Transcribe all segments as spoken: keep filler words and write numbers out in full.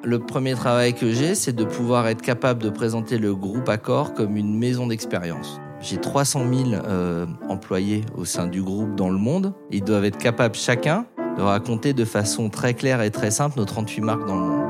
Le premier travail que j'ai, c'est de pouvoir être capable de présenter le groupe Accor comme une maison d'expérience. J'ai trois cent mille euh, employés au sein du groupe dans le monde. Ils doivent être capables chacun de raconter de façon très claire et très simple nos trente-huit marques dans le monde.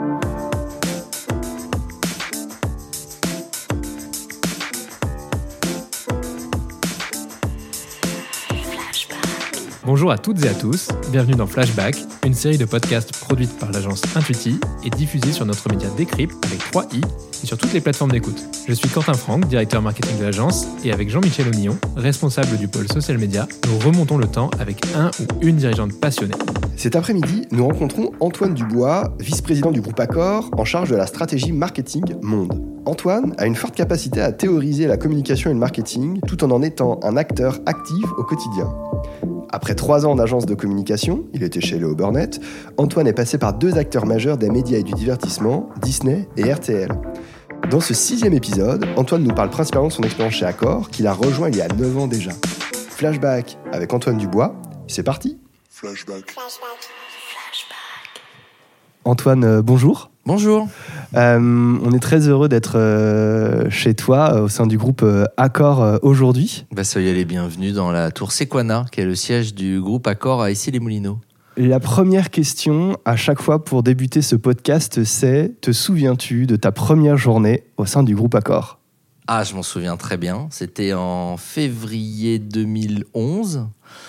Bonjour à toutes et à tous, bienvenue dans Flashback, une série de podcasts produite par l'agence Intuiti et diffusée sur notre média Décrypte avec trois i et sur toutes les plateformes d'écoute. Je suis Quentin Franck, directeur marketing de l'agence, et avec Jean-Michel Onillon, responsable du pôle social media, nous remontons le temps avec un ou une dirigeante passionnée. Cet après-midi, nous rencontrons Antoine Dubois, vice-président du groupe Accor, en charge de la stratégie marketing monde. Antoine a une forte capacité à théoriser la communication et le marketing, tout en en étant un acteur actif au quotidien. Après trois ans d'agence de communication, il était chez Léo Burnett, Antoine est passé par deux acteurs majeurs des médias et du divertissement, Disney et R T L. Dans ce sixième épisode, Antoine nous parle principalement de son expérience chez Accor, qu'il a rejoint il y a neuf ans déjà. Flashback avec Antoine Dubois, c'est parti. Flashback. Flashback. Flashback. Antoine, euh, bonjour. Bonjour. Euh, on est très heureux d'être euh, chez toi, euh, au sein du groupe euh, Accor euh, aujourd'hui. Bah, soyez les bienvenus dans la tour Sequana, qui est le siège du groupe Accor à Issy-les-Moulineaux. La première question, à chaque fois pour débuter ce podcast, c'est: te souviens-tu de ta première journée au sein du groupe Accor ? Ah, je m'en souviens très bien. C'était en février deux mille onze.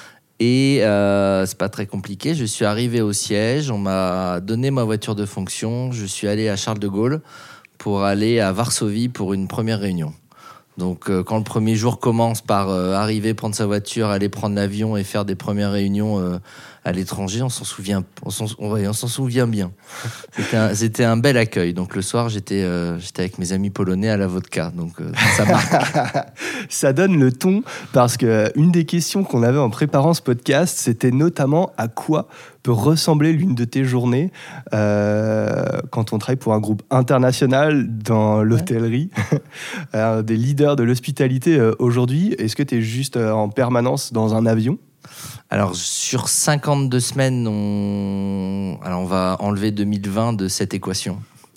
Et euh, c'est pas très compliqué. Je suis arrivé au siège, on m'a donné ma voiture de fonction. Je suis allé à Charles de Gaulle pour aller à Varsovie pour une première réunion. Donc, euh, quand le premier jour commence par euh, arriver, prendre sa voiture, aller prendre l'avion et faire des premières réunions euh, à l'étranger, on s'en souvient, on s'en, on, ouais, on s'en souvient bien. C'était un, c'était un bel accueil. Donc, le soir, j'étais, euh, j'étais avec mes amis polonais à la vodka. Donc, euh, ça marque. Ça donne le ton, parce qu'une des questions qu'on avait en préparant ce podcast, c'était notamment à quoi peut ressembler l'une de tes journées euh, quand on travaille pour un groupe international dans l'hôtellerie, ouais. Des leaders de l'hospitalité euh, aujourd'hui. Est-ce que tu es juste euh, en permanence dans un avion ? Alors, sur cinquante-deux semaines, on, alors on va enlever deux mille vingt de cette équation.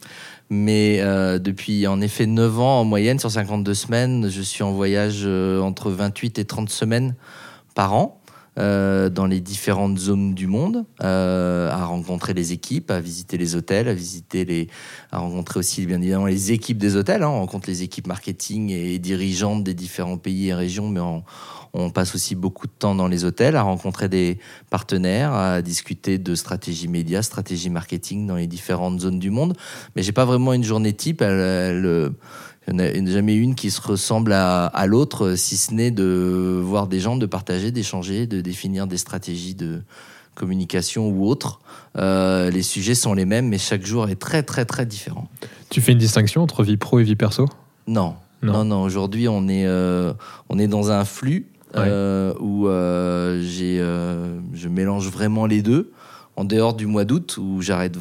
Mais euh, depuis en effet neuf ans, en moyenne, sur cinquante-deux semaines, je suis en voyage euh, entre vingt-huit et trente semaines par an. Euh, dans les différentes zones du monde, euh, à rencontrer les équipes, à visiter les hôtels, à visiter les, à rencontrer aussi bien évidemment les équipes des hôtels. Hein. On rencontre les équipes marketing et dirigeantes des différents pays et régions, mais on, on passe aussi beaucoup de temps dans les hôtels, à rencontrer des partenaires, à discuter de stratégie média, stratégie marketing dans les différentes zones du monde. Mais j'ai pas vraiment une journée type. Elle, elle, Il n'y en a jamais une qui se ressemble à, à l'autre, si ce n'est de voir des gens, de partager, d'échanger, de définir des stratégies de communication ou autres. Euh, les sujets sont les mêmes, mais chaque jour est très, très, très différent. Tu fais une distinction entre vie pro et vie perso ? Non. Non, non. non. Aujourd'hui, on est, euh, on est dans un flux euh, ouais. où euh, j'ai, euh, je mélange vraiment les deux. En dehors du mois d'août, où j'arrête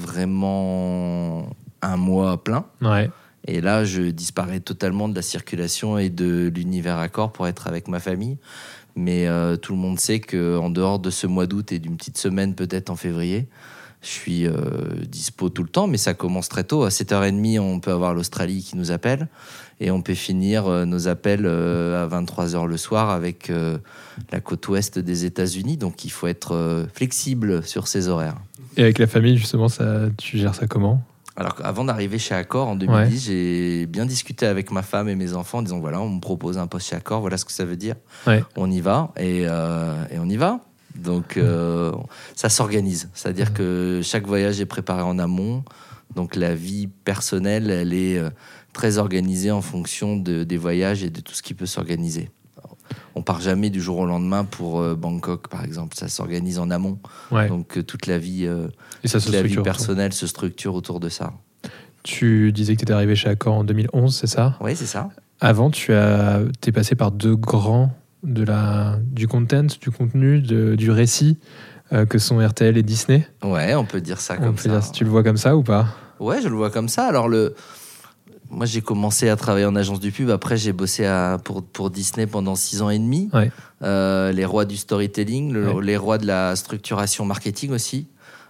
vraiment un mois plein. Ouais. Et là, je disparais totalement de la circulation et de l'univers Accor pour être avec ma famille. Mais euh, tout le monde sait qu'en dehors de ce mois d'août et d'une petite semaine peut-être en février, je suis euh, dispo tout le temps. Mais ça commence très tôt. À sept heures trente, on peut avoir l'Australie qui nous appelle. Et on peut finir euh, nos appels euh, à vingt-trois heures le soir avec euh, la côte ouest des États-Unis. Donc, il faut être euh, flexible sur ces horaires. Et avec la famille, justement, ça, tu gères ça comment ? Alors, avant d'arriver chez Accor en deux mille dix, ouais. j'ai bien discuté avec ma femme et mes enfants en disant voilà, on me propose un poste chez Accor, voilà ce que ça veut dire. Ouais. On y va et, euh, et on y va. Donc, euh, ça s'organise. C'est-à-dire mmh. que chaque voyage est préparé en amont. Donc, la vie personnelle, elle est très organisée en fonction de, des voyages et de tout ce qui peut s'organiser. On part jamais du jour au lendemain pour euh, Bangkok, par exemple. Ça s'organise en amont. Ouais. Donc, euh, toute la vie, euh, Et ça toute la vie personnelle autour. se structure autour de ça. Tu disais que tu étais arrivé chez Accor en deux mille onze, c'est ça ? Oui, c'est ça. Avant, tu as, t'es passé par deux grands de la, du content, du contenu, de, du récit, euh, que sont R T L et Disney. Ouais, on peut dire ça on comme peut ça. Dire, tu le vois comme ça ou pas ? Ouais, je le vois comme ça. Alors, le... moi, j'ai commencé à travailler en agence du pub. Après, j'ai bossé à, pour, pour Disney pendant six ans et demi. Ouais. Euh, les rois du storytelling, le, ouais. les rois de la structuration marketing aussi.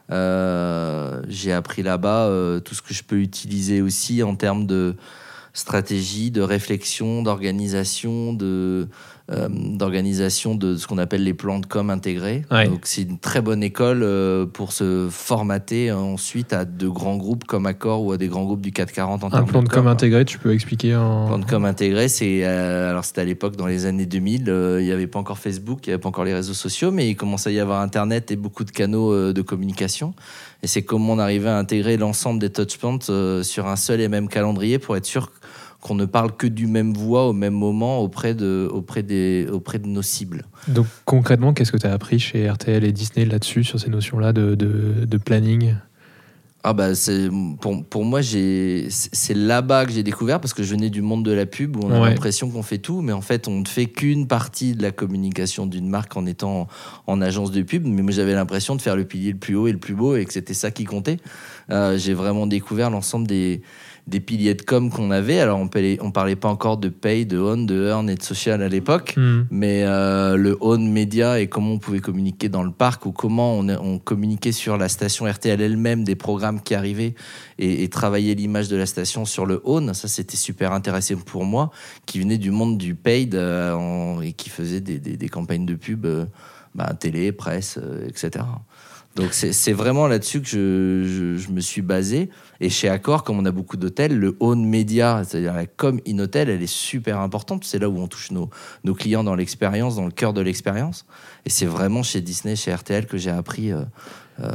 Euh, j'ai appris là-bas euh, tout ce que je peux utiliser aussi en termes de stratégie, de réflexion, d'organisation, de, euh, d'organisation de ce qu'on appelle les plans de com intégrés. Ouais. Donc c'est une très bonne école euh, pour se formater ensuite à de grands groupes comme Accor ou à des grands groupes du quatre quarante en Un termes plan de com com. intégré, tu peux expliquer en... Plan de com intégré, c'est euh, alors c'était à l'époque dans les années deux mille, euh, il n'y avait pas encore Facebook, il n'y avait pas encore les réseaux sociaux, mais il commençait à y avoir Internet et beaucoup de canaux euh, de communication. Et c'est comment on arrivait à intégrer l'ensemble des touchpoints euh, sur un seul et même calendrier pour être sûr qu'on ne parle que du même voix au même moment auprès de, auprès des, auprès de nos cibles. Donc concrètement, qu'est-ce que tu as appris chez R T L et Disney là-dessus, sur ces notions-là de, de, de planning ? Ah bah c'est, pour, pour moi, j'ai, c'est là-bas que j'ai découvert, parce que je venais du monde de la pub où on a Ouais. l'impression qu'on fait tout, mais en fait, on ne fait qu'une partie de la communication d'une marque en étant en, en agence de pub. Mais moi, j'avais l'impression de faire le pilier le plus haut et le plus beau et que c'était ça qui comptait. Euh, j'ai vraiment découvert l'ensemble des, des piliers de com qu'on avait. Alors, on parlait, on parlait pas encore de pay, de own, de earn et de social à l'époque, Mmh. mais euh, le own média et comment on pouvait communiquer dans le parc ou comment on, on communiquait sur la station R T L elle-même, des programmes qui arrivaient et, et travailler l'image de la station sur le own, ça c'était super intéressant pour moi, qui venait du monde du paid euh, en, et qui faisait des, des, des campagnes de pub, euh, bah, télé, presse, euh, et cetera. Donc c'est, c'est vraiment là-dessus que je, je, je me suis basé. Et chez Accor, comme on a beaucoup d'hôtels, le own media, c'est-à-dire la com in hôtel, elle est super importante. C'est là où on touche nos, nos clients dans l'expérience, dans le cœur de l'expérience. Et c'est vraiment chez Disney, chez R T L que j'ai appris, euh, euh,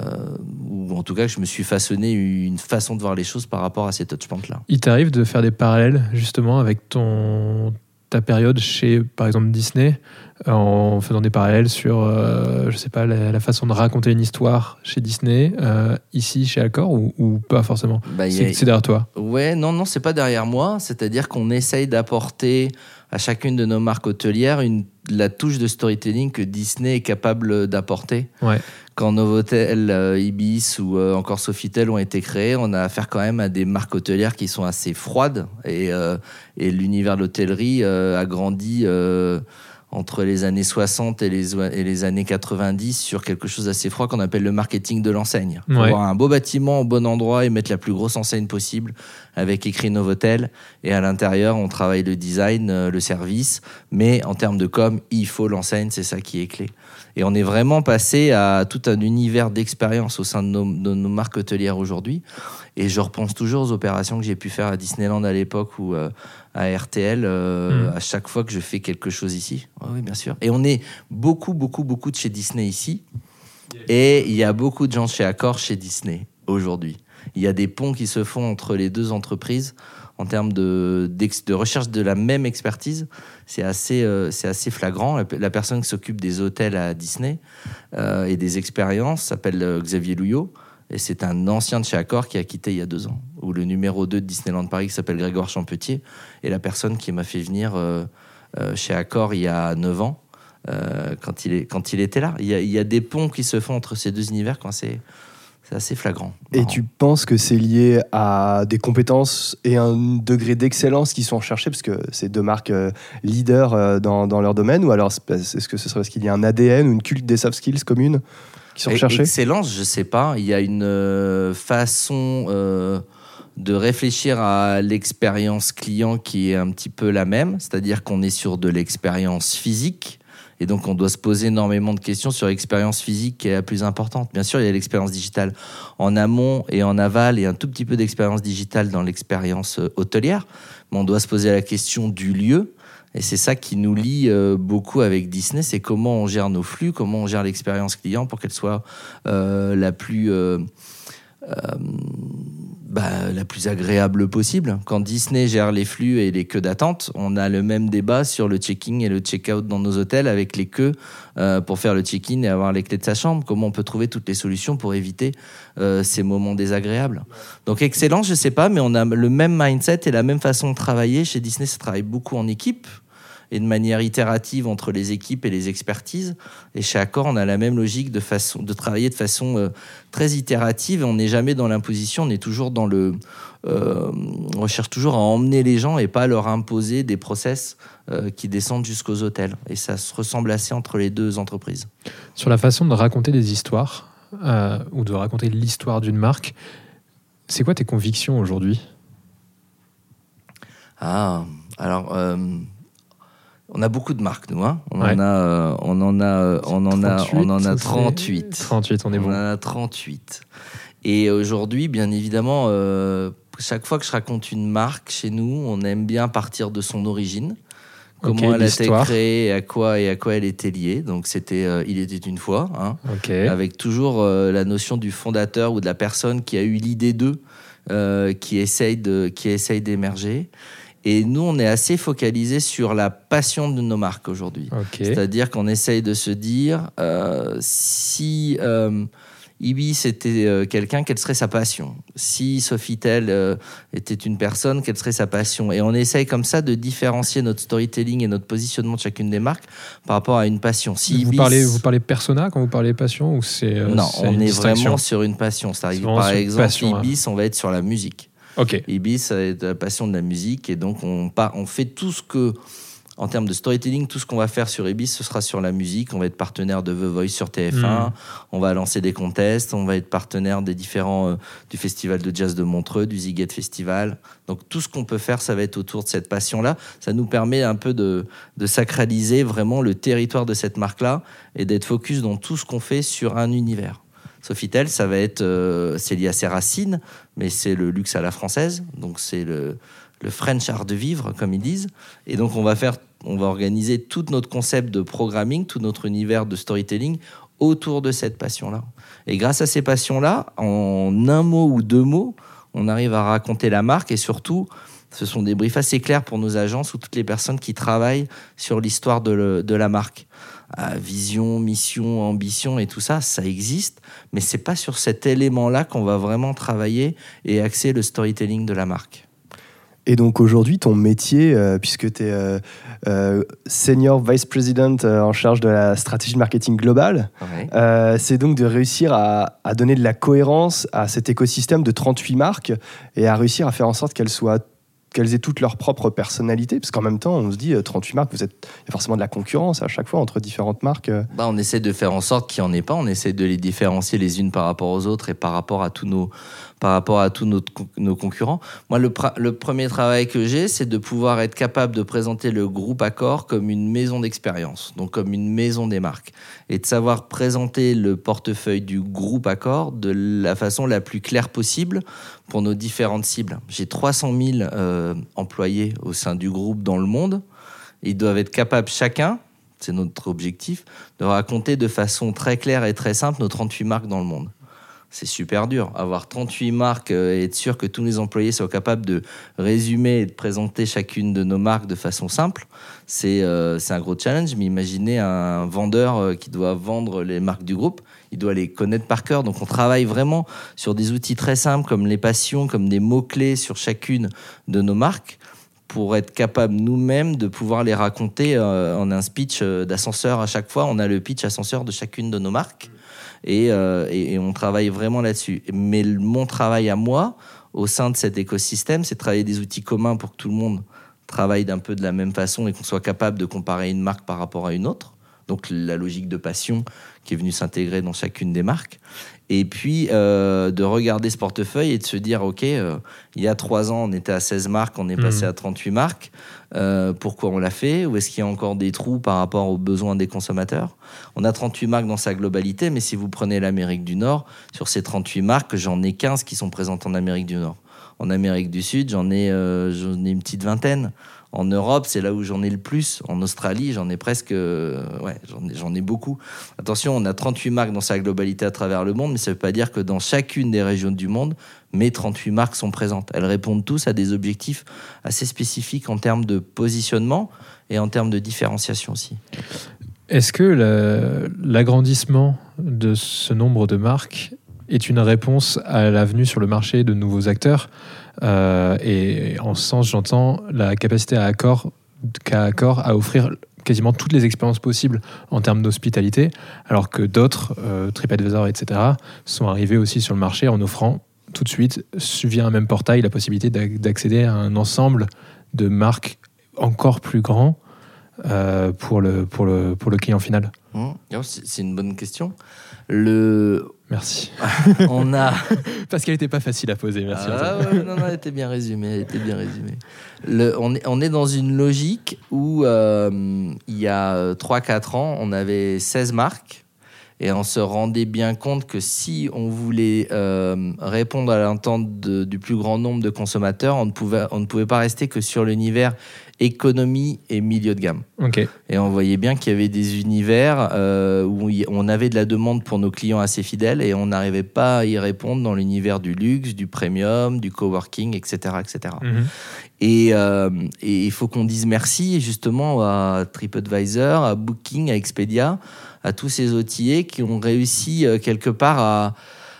ou en tout cas que je me suis façonné une façon de voir les choses par rapport à ces touchpoints-là. Il t'arrive de faire des parallèles justement avec ton, ta période chez, par exemple, Disney, en faisant des parallèles sur, euh, je sais pas, la, la façon de raconter une histoire chez Disney, euh, ici chez Accor, ou, ou pas forcément. Bah, c'est, y a- c'est derrière toi. Ouais, non, non, c'est pas derrière moi. C'est-à-dire qu'on essaye d'apporter à chacune de nos marques hôtelières une, la touche de storytelling que Disney est capable d'apporter. Ouais. Quand Novotel, euh, Ibis ou euh, encore Sofitel ont été créés, on a affaire quand même à des marques hôtelières qui sont assez froides. Et, euh, et l'univers de l'hôtellerie euh, a grandi euh, entre les années soixante et les, et les années quatre-vingt-dix sur quelque chose d'assez froid qu'on appelle le marketing de l'enseigne. Il faut Ouais. avoir un beau bâtiment au bon endroit et mettre la plus grosse enseigne possible avec écrit Novotel. Et à l'intérieur, on travaille le design, euh, le service. Mais en termes de com, il faut l'enseigne, c'est ça qui est clé. Et on est vraiment passé à tout un univers d'expérience au sein de nos, de nos marques hôtelières aujourd'hui. Et je repense toujours aux opérations que j'ai pu faire à Disneyland à l'époque ou euh, à R T L euh, Mmh. à chaque fois que je fais quelque chose ici. Oh oui, bien sûr. Et on est beaucoup, beaucoup, beaucoup de chez Disney ici. Et il y a beaucoup de gens chez Accor chez Disney aujourd'hui. Il y a des ponts qui se font entre les deux entreprises en termes de, d'ex- de recherche de la même expertise. C'est assez, euh, c'est assez flagrant. La, la personne qui s'occupe des hôtels à Disney euh, et des expériences s'appelle euh, Xavier Louillot. Et c'est un ancien de chez Accor qui a quitté il y a deux ans. Ou le numéro deux de Disneyland Paris qui s'appelle Grégoire Champetier. Et la personne qui m'a fait venir euh, euh, chez Accor il y a neuf ans, euh, quand, il est, quand il était là. Il y, a, il y a des ponts qui se font entre ces deux univers quand c'est, c'est assez flagrant. Et Marrant. tu penses que c'est lié à des compétences et un degré d'excellence qui sont recherchés, parce que c'est deux marques euh, leaders euh, dans, dans leur domaine, ou alors c'est- est-ce que ce serait parce qu'il y a un A D N ou une culte des soft skills communes qui sont Et- recherchés? Excellence, je sais pas. Il y a une euh, façon euh, de réfléchir à l'expérience client qui est un petit peu la même, c'est-à-dire qu'on est sur de l'expérience physique. Et donc, on doit se poser énormément de questions sur l'expérience physique qui est la plus importante. Bien sûr, il y a l'expérience digitale en amont et en aval et un tout petit peu d'expérience digitale dans l'expérience euh, hôtelière. Mais on doit se poser la question du lieu. Et c'est ça qui nous lie euh, beaucoup avec Disney, c'est comment on gère nos flux, comment on gère l'expérience client pour qu'elle soit euh, la plus... euh, euh, bah, la plus agréable possible. Quand Disney gère les flux et les queues d'attente, on a le même débat sur le check-in et le check-out dans nos hôtels avec les queues euh, pour faire le check-in et avoir les clés de sa chambre. Comment on peut trouver toutes les solutions pour éviter euh, ces moments désagréables. Donc excellent, je sais pas, mais on a le même mindset et la même façon de travailler. Chez Disney, ça travaille beaucoup en équipe et de manière itérative entre les équipes et les expertises. Et chez Accor, on a la même logique de, façon, de travailler de façon euh, très itérative. On n'est jamais dans l'imposition, on est toujours dans le... Euh, on cherche toujours à emmener les gens et pas à leur imposer des process euh, qui descendent jusqu'aux hôtels. Et ça se ressemble assez entre les deux entreprises. Sur la façon de raconter des histoires, euh, ou de raconter l'histoire d'une marque. C'est quoi tes convictions aujourd'hui ? Ah, alors, euh, on a beaucoup de marques, nous. Hein on, ouais. en a, euh, on en a, euh, on en a, trente-huit, on en a trente-huit. trente-huit, on est on bon. en a trente-huit. Et aujourd'hui, bien évidemment, euh, chaque fois que je raconte une marque chez nous, on aime bien partir de son origine. Comment okay, elle l'histoire. a été créée, et à quoi et à quoi elle était liée. Donc c'était euh, Il était une fois, hein, okay. avec toujours euh, la notion du fondateur ou de la personne qui a eu l'idée d'eux, euh, qui essaye de, qui essaye d'émerger. Et nous, on est assez focalisé sur la passion de nos marques aujourd'hui. Okay. C'est-à-dire qu'on essaye de se dire euh, si euh, Ibis était euh, quelqu'un, quelle serait sa passion ? Si Sofitel euh, était une personne, quelle serait sa passion ? Et on essaye comme ça de différencier notre storytelling et notre positionnement de chacune des marques par rapport à une passion. Si vous, Ibis... parlez, vous parlez persona quand vous parlez passion ou c'est euh, Non, c'est on une est distinction. vraiment sur une passion. C'est-à-dire, C'est par exemple, passion, Ibis, hein. On va être sur la musique. Okay. Ibis, c'est la passion de la musique. Et donc, on, part, on fait tout ce que... En termes de storytelling, tout ce qu'on va faire sur Ibis, ce sera sur la musique. On va être partenaire de The Voice sur T F un. Mmh. On va lancer des contests. On va être partenaire des différents... Euh, du Festival de Jazz de Montreux, du Ziget Festival. Donc, tout ce qu'on peut faire, ça va être autour de cette passion-là. Ça nous permet un peu de, de sacraliser vraiment le territoire de cette marque-là et d'être focus dans tout ce qu'on fait sur un univers. Sofitel, ça va être... Euh, c'est lié à ses racines, mais c'est le luxe à la française. Donc, c'est le... le French art de vivre, comme ils disent. Et donc, on va faire, on va organiser tout notre concept de programming, tout notre univers de storytelling autour de cette passion-là. Et grâce à ces passions-là, en un mot ou deux mots, on arrive à raconter la marque et surtout, ce sont des briefs assez clairs pour nos agences ou toutes les personnes qui travaillent sur l'histoire de, le, de la marque. Ah, vision, mission, ambition et tout ça, ça existe, mais c'est pas sur cet élément-là qu'on va vraiment travailler et axer le storytelling de la marque. Et donc aujourd'hui, ton métier, euh, puisque tu es euh, euh, Senior Vice President euh, en charge de la stratégie marketing globale, ouais. euh, c'est donc de réussir à, à donner de la cohérence à cet écosystème de trente-huit marques et à réussir à faire en sorte qu'elles soient qu'elles aient toutes leur propre personnalité, parce qu'en même temps, on se dit, trente-huit marques, vous êtes, il y a forcément de la concurrence à chaque fois entre différentes marques. Bah, on essaie de faire en sorte qu'il n'y en ait pas, on essaie de les différencier les unes par rapport aux autres et par rapport à tous nos, par rapport à tous nos, nos concurrents. Moi, le, pra- le premier travail que j'ai, c'est de pouvoir être capable de présenter le groupe Accor comme une maison d'expérience, donc comme une maison des marques, et de savoir présenter le portefeuille du groupe Accor de la façon la plus claire possible pour nos différentes cibles. J'ai trois cent mille euh, employés au sein du groupe dans le monde. Ils doivent être capables chacun, c'est notre objectif, de raconter de façon très claire et très simple nos trente-huit marques dans le monde. C'est super dur. Avoir trente-huit marques et être sûr que tous les employés soient capables de résumer et de présenter chacune de nos marques de façon simple, c'est, euh, c'est un gros challenge. Mais imaginez un vendeur qui doit vendre les marques du groupe, il doit les connaître par cœur. Donc on travaille vraiment sur des outils très simples comme les passions, comme des mots-clés sur chacune de nos marques pour être capable nous-mêmes de pouvoir les raconter euh, en un speech d'ascenseur à chaque fois. On a le pitch ascenseur de chacune de nos marques. Et, euh, et, et on travaille vraiment là-dessus. Mais mon travail à moi, au sein de cet écosystème, c'est de travailler des outils communs pour que tout le monde travaille d'un peu de la même façon et qu'on soit capable de comparer une marque par rapport à une autre. Donc la logique de passion qui est venue s'intégrer dans chacune des marques. Et puis euh, de regarder ce portefeuille et de se dire, OK, euh, il y a trois ans, on était à seize marques, on est passé mmh. à trente-huit marques. Euh, pourquoi on l'a fait ? Ou est-ce qu'il y a encore des trous par rapport aux besoins des consommateurs ? On a trente-huit marques dans sa globalité, mais si vous prenez l'Amérique du Nord, sur ces trente-huit marques, j'en ai quinze qui sont présentes en Amérique du Nord. En Amérique du Sud, j'en ai, euh, j'en ai une petite vingtaine. En Europe, c'est là où j'en ai le plus. En Australie, j'en ai presque... Euh, ouais, j'en ai, j'en ai beaucoup. Attention, on a trente-huit marques dans sa globalité à travers le monde, mais ça ne veut pas dire que dans chacune des régions du monde, mes trente-huit marques sont présentes. Elles répondent tous à des objectifs assez spécifiques en termes de positionnement et en termes de différenciation aussi. Est-ce que la, l'agrandissement de ce nombre de marques est une réponse à la venue sur le marché de nouveaux acteurs ? Euh, et en ce sens, j'entends la capacité à Accor, qu'a Accor à offrir quasiment toutes les expériences possibles en termes d'hospitalité, alors que d'autres, euh, TripAdvisor, et cetera, sont arrivés aussi sur le marché en offrant tout de suite, via un même portail, la possibilité d'accéder à un ensemble de marques encore plus grand euh, pour, le, pour, le, pour le client final. Mmh. C'est, c'est une bonne question. Le... Merci. On a... Parce qu'elle n'était pas facile à poser, merci. Ah, ouais, non, non, elle était bien résumée. Elle était bien résumée. Le, on, est, on est dans une logique où, euh, il y a trois quatre ans, on avait seize marques et on se rendait bien compte que si on voulait euh, répondre à l'attente de, du plus grand nombre de consommateurs, on ne pouvait, on ne pouvait pas rester que sur l'univers économie et milieu de gamme. Okay. Et on voyait bien qu'il y avait des univers euh, où on avait de la demande pour nos clients assez fidèles et on n'arrivait pas à y répondre dans l'univers du luxe, du premium, du coworking, et cetera, et cetera. Mm-hmm. Et euh, et il faut qu'on dise merci justement à TripAdvisor, à Booking, à Expedia, à tous ces outillés qui ont réussi euh, quelque part à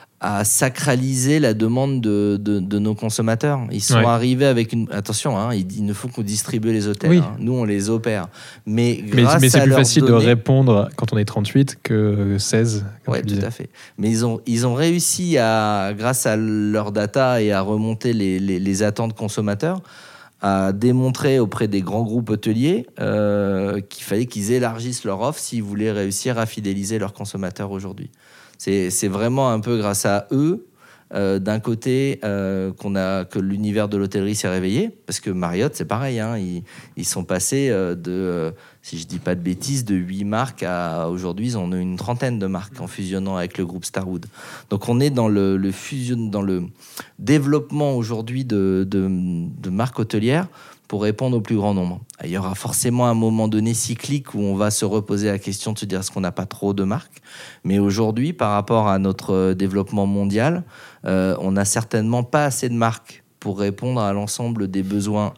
à sacraliser la demande de, de, de nos consommateurs. Ils sont ouais. arrivés avec une... Attention, hein, il, il ne faut qu'on distribue les hôtels. Oui. Hein. Nous, on les opère. Mais, grâce mais, mais c'est à plus facile données... de répondre quand on est trente-huit que seize. Oui, tout à fait. Mais ils ont, ils ont réussi, à, grâce à leur data et à remonter les, les, les attentes consommateurs, à démontrer auprès des grands groupes hôteliers euh, qu'il fallait qu'ils élargissent leur offre s'ils voulaient réussir à fidéliser leurs consommateurs aujourd'hui. C'est, c'est vraiment un peu grâce à eux, euh, d'un côté, euh, qu'on a, que l'univers de l'hôtellerie s'est réveillé, parce que Marriott, c'est pareil, hein, ils, ils sont passés de, euh, si je ne dis pas de bêtises, de huit marques à aujourd'hui, ils en ont une trentaine de marques en fusionnant avec le groupe Starwood. Donc on est dans le, le, fusion, dans le développement aujourd'hui de, de, de marques hôtelières pour répondre au plus grand nombre. Il y aura forcément un moment donné cyclique où on va se reposer la question de se dire est-ce qu'on n'a pas trop de marques. Mais aujourd'hui, par rapport à notre développement mondial, euh, on n'a certainement pas assez de marques pour répondre à l'ensemble des besoins,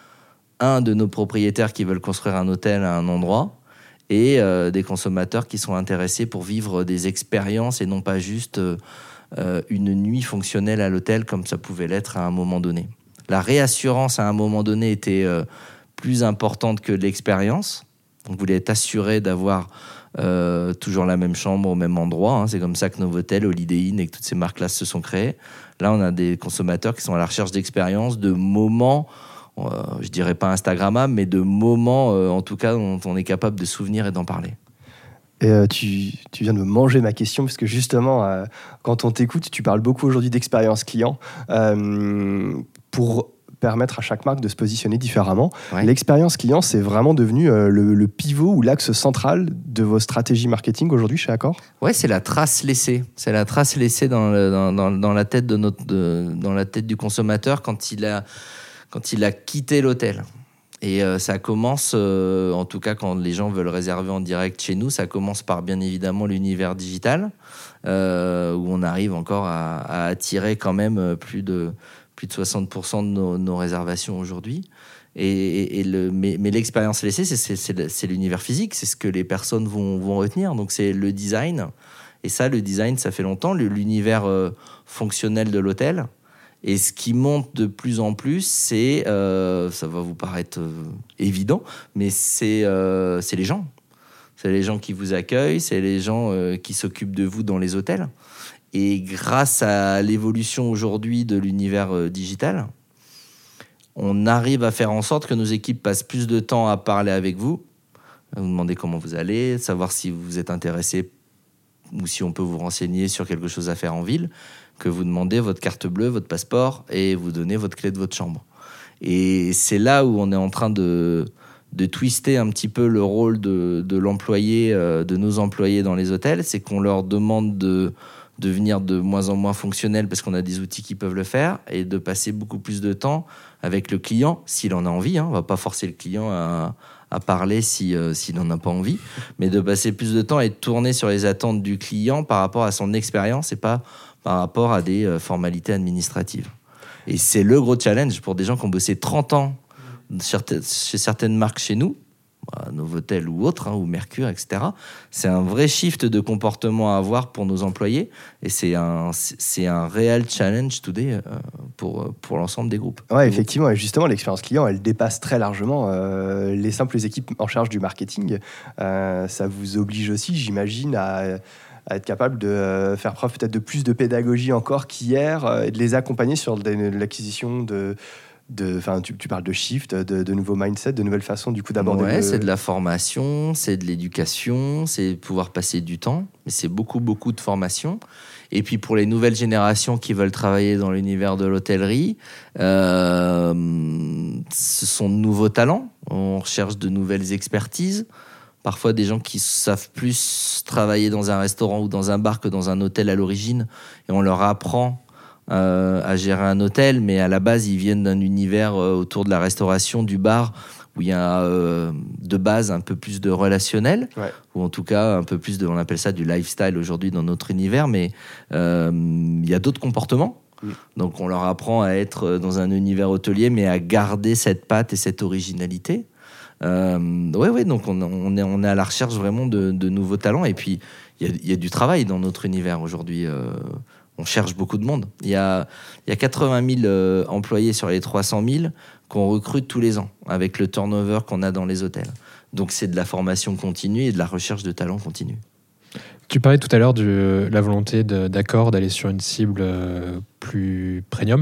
un, de nos propriétaires qui veulent construire un hôtel à un endroit, et euh, des consommateurs qui sont intéressés pour vivre des expériences et non pas juste euh, une nuit fonctionnelle à l'hôtel comme ça pouvait l'être à un moment donné. La réassurance, à un moment donné, était euh, plus importante que l'expérience. On voulait être assuré d'avoir euh, toujours la même chambre au même endroit. Hein. C'est comme ça que Novotel, Holiday Inn et que toutes ces marques-là se sont créées. Là, on a des consommateurs qui sont à la recherche d'expériences, de moments, euh, je dirais pas Instagrammables, mais de moments, euh, en tout cas, dont on est capable de se souvenir et d'en parler. Et euh, tu, tu viens de me manger ma question, parce que justement, euh, quand on t'écoute, tu parles beaucoup aujourd'hui d'expérience client. Euh, pour permettre à chaque marque de se positionner différemment. Ouais. L'expérience client, c'est vraiment devenu euh, le, le pivot ou l'axe central de vos stratégies marketing aujourd'hui chez Accor ? Oui, c'est la trace laissée. C'est la trace laissée dans, le, dans, dans, dans, la tête de notre, de, dans la tête du consommateur quand il a, quand il a quitté l'hôtel. Et euh, ça commence, euh, en tout cas quand les gens veulent réserver en direct chez nous, ça commence par bien évidemment l'univers digital, euh, où on arrive encore à, à attirer quand même plus de... plus de soixante pour cent de nos, nos réservations aujourd'hui. Et, et, et le, mais, mais l'expérience laissée, c'est, c'est, c'est, c'est l'univers physique, c'est ce que les personnes vont, vont retenir. Donc c'est le design. Et ça, le design, ça fait longtemps. Le, l'univers euh, fonctionnel de l'hôtel. Et ce qui monte de plus en plus, c'est, euh, ça va vous paraître euh, évident, mais c'est, euh, c'est les gens. C'est les gens qui vous accueillent, c'est les gens euh, qui s'occupent de vous dans les hôtels. Et grâce à l'évolution aujourd'hui de l'univers euh, digital, on arrive à faire en sorte que nos équipes passent plus de temps à parler avec vous, à vous demander comment vous allez, savoir si vous êtes intéressé ou si on peut vous renseigner sur quelque chose à faire en ville, que vous demandez votre carte bleue, votre passeport et vous donnez votre clé de votre chambre. Et c'est là où on est en train de, de twister un petit peu le rôle de, de l'employé, euh, de nos employés dans les hôtels, c'est qu'on leur demande de devenir de moins en moins fonctionnel parce qu'on a des outils qui peuvent le faire et de passer beaucoup plus de temps avec le client s'il en a envie. Hein. On ne va pas forcer le client à, à parler si, euh, s'il n'en a pas envie, mais de passer plus de temps et de tourner sur les attentes du client par rapport à son expérience et pas par rapport à des euh, formalités administratives. Et c'est le gros challenge pour des gens qui ont bossé trente ans chez certaines marques chez nous, Novotel ou autres, hein, ou Mercure, et cetera. C'est un vrai shift de comportement à avoir pour nos employés et c'est un, c'est un réel challenge today euh, pour, pour l'ensemble des groupes. Ouais, effectivement, et justement, l'expérience client, elle dépasse très largement euh, les simples équipes en charge du marketing. Euh, ça vous oblige aussi, j'imagine, à... à être capable de faire preuve peut-être de plus de pédagogie encore qu'hier et de les accompagner sur de l'acquisition de, de, enfin, tu, tu parles de shift, de, de nouveaux mindsets, de nouvelles façons du coup d'aborder. Ouais, le... c'est de la formation, c'est de l'éducation, c'est pouvoir passer du temps, mais c'est beaucoup beaucoup de formation. Et puis pour les nouvelles générations qui veulent travailler dans l'univers de l'hôtellerie, euh, ce sont de nouveaux talents. On recherche de nouvelles expertises. Parfois des gens qui savent plus travailler dans un restaurant ou dans un bar que dans un hôtel à l'origine, et on leur apprend Euh, à gérer un hôtel, mais à la base ils viennent d'un univers euh, autour de la restauration, du bar, où il y a euh, de base un peu plus de relationnel, ouais. ou en tout cas un peu plus de, on appelle ça du lifestyle aujourd'hui dans notre univers, mais euh, il y a d'autres comportements. Mm. Donc on leur apprend à être dans un univers hôtelier, mais à garder cette patte et cette originalité. Euh, ouais, ouais, donc on, on, est, on est à la recherche vraiment de, de nouveaux talents, et puis il y a, il y a du travail dans notre univers aujourd'hui. Euh, On cherche beaucoup de monde. Il y a, il y a quatre-vingt mille euh, employés sur les trois cent mille qu'on recrute tous les ans avec le turnover qu'on a dans les hôtels. Donc c'est de la formation continue et de la recherche de talents continue. Tu parlais tout à l'heure de la volonté de, d'Accor d'aller sur une cible euh, plus premium.